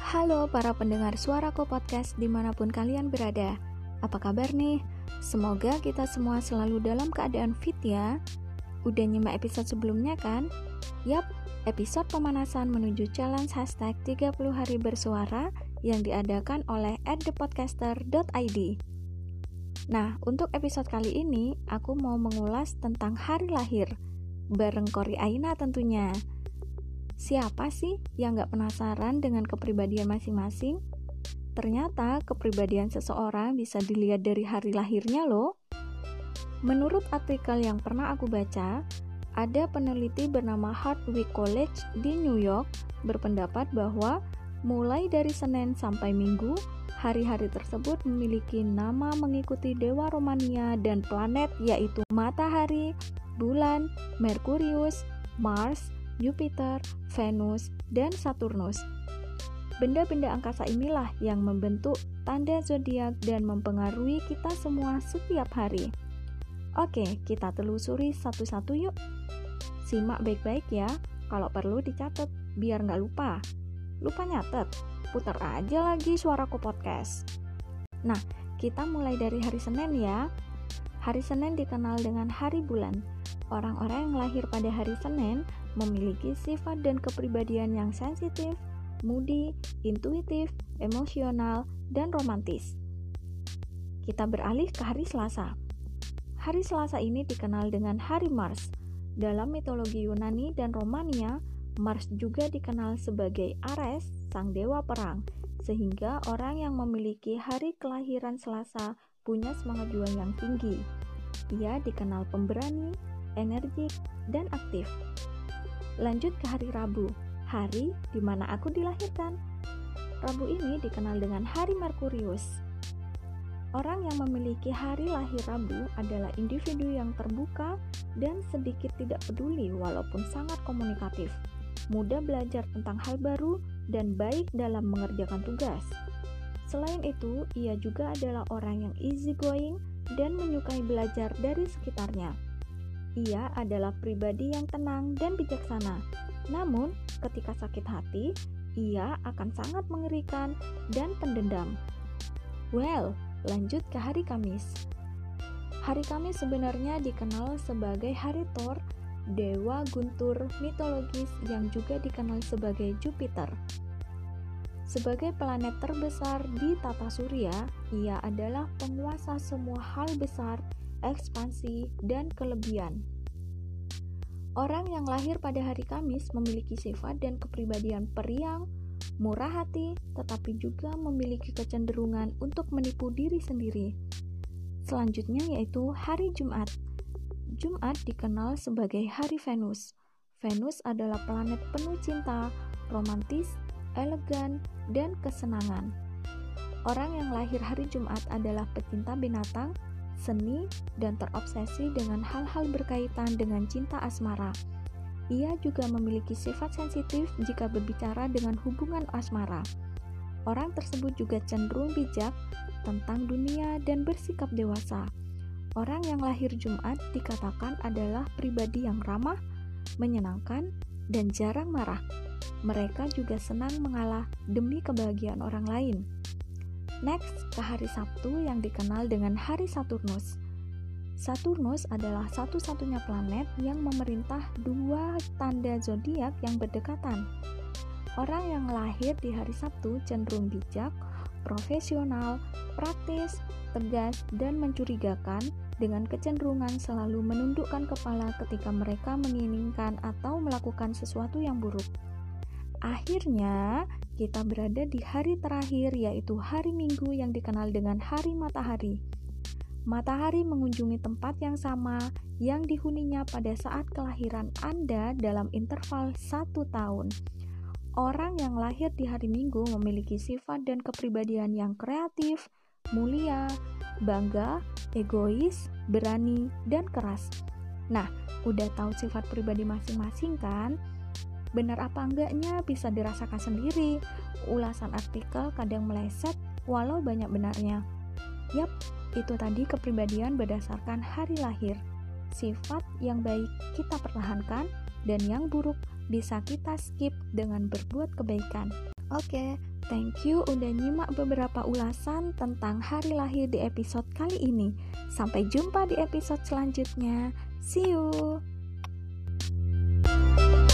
Halo para pendengar Suaraku Podcast dimanapun kalian berada. Apa kabar nih? Semoga kita semua selalu dalam keadaan fit ya. Udah nyimak episode sebelumnya kan? Yap, episode pemanasan menuju challenge hashtag 30 hari bersuara yang diadakan oleh @thepodcaster.id. Nah, untuk episode kali ini aku mau mengulas tentang hari lahir bareng Kori Aina tentunya. Siapa sih yang gak penasaran dengan kepribadian masing-masing? Ternyata kepribadian seseorang bisa dilihat dari hari lahirnya loh. Menurut artikel yang pernah aku baca, ada peneliti bernama Hardwick College di New York berpendapat bahwa mulai dari Senin sampai Minggu, hari-hari tersebut memiliki nama mengikuti dewa Romania dan planet yaitu Matahari, Bulan, Merkurius, Mars, Jupiter, Venus, dan Saturnus. Benda-benda angkasa inilah yang membentuk tanda zodiak dan mempengaruhi kita semua setiap hari. Oke, kita telusuri satu-satu yuk. Simak baik-baik ya, kalau perlu dicatat biar nggak lupa. Lupa nyatet, putar aja lagi Suaraku Podcast. Nah, kita mulai dari hari Senin ya. Hari Senin dikenal dengan hari bulan. Orang-orang yang lahir pada hari Senin memiliki sifat dan kepribadian yang sensitif, moody, intuitif, emosional, dan romantis. Kita beralih ke hari Selasa. Hari Selasa ini dikenal dengan hari Mars. Dalam mitologi Yunani dan Romania, Mars juga dikenal sebagai Ares, sang dewa perang, sehingga orang yang memiliki hari kelahiran Selasa punya semangat juang yang tinggi. Ia dikenal pemberani, energik, dan aktif. Lanjut ke hari Rabu, hari di mana aku dilahirkan. Rabu ini dikenal dengan hari Merkurius. Orang yang memiliki hari lahir Rabu adalah individu yang terbuka dan sedikit tidak peduli walaupun sangat komunikatif, mudah belajar tentang hal baru, dan baik dalam mengerjakan tugas. Selain itu, ia juga adalah orang yang easygoing dan menyukai belajar dari sekitarnya. Ia adalah pribadi yang tenang dan bijaksana. Namun, ketika sakit hati, ia akan sangat mengerikan dan pendendam. Well, lanjut ke hari Kamis. Hari Kamis sebenarnya dikenal sebagai hari Thor, dewa guntur mitologis yang juga dikenal sebagai Jupiter. Sebagai planet terbesar di tata surya, ia adalah penguasa semua hal besar, ekspansi, dan kelebihan. Orang yang lahir pada hari Kamis memiliki sifat dan kepribadian periang, murah hati, tetapi juga memiliki kecenderungan untuk menipu diri sendiri. Selanjutnya yaitu hari Jumat. Jumat dikenal sebagai hari Venus. Venus adalah planet penuh cinta, romantis, elegan, dan kesenangan. Orang yang lahir hari Jumat adalah pecinta binatang, seni, dan terobsesi dengan hal-hal berkaitan dengan cinta asmara. Ia juga memiliki sifat sensitif jika berbicara dengan hubungan asmara. Orang tersebut juga cenderung bijak tentang dunia dan bersikap dewasa. Orang yang lahir Jumat dikatakan adalah pribadi yang ramah, menyenangkan, dan jarang marah. Mereka juga senang mengalah demi kebahagiaan orang lain. Next, ke hari Sabtu yang dikenal dengan hari Saturnus. Saturnus adalah satu-satunya planet yang memerintah dua tanda zodiak yang berdekatan. Orang yang lahir di hari Sabtu cenderung bijak, profesional, praktis, tegas, dan mencurigakan dengan kecenderungan selalu menundukkan kepala ketika mereka menginginkan atau melakukan sesuatu yang buruk. Akhirnya, kita berada di hari terakhir yaitu hari Minggu yang dikenal dengan hari Matahari. Matahari mengunjungi tempat yang sama yang dihuninya pada saat kelahiran Anda dalam interval 1 tahun. Orang yang lahir di hari Minggu memiliki sifat dan kepribadian yang kreatif, mulia, bangga, egois, berani, dan keras. Nah, udah tahu sifat pribadi masing-masing kan? Benar apa enggaknya bisa dirasakan sendiri. Ulasan artikel kadang meleset walau banyak benarnya. Yap, itu tadi kepribadian berdasarkan hari lahir. Sifat yang baik kita pertahankan dan yang buruk bisa kita skip dengan berbuat kebaikan. Oke, Thank you udah nyimak beberapa ulasan tentang hari lahir di episode kali ini. Sampai jumpa di episode selanjutnya. See you!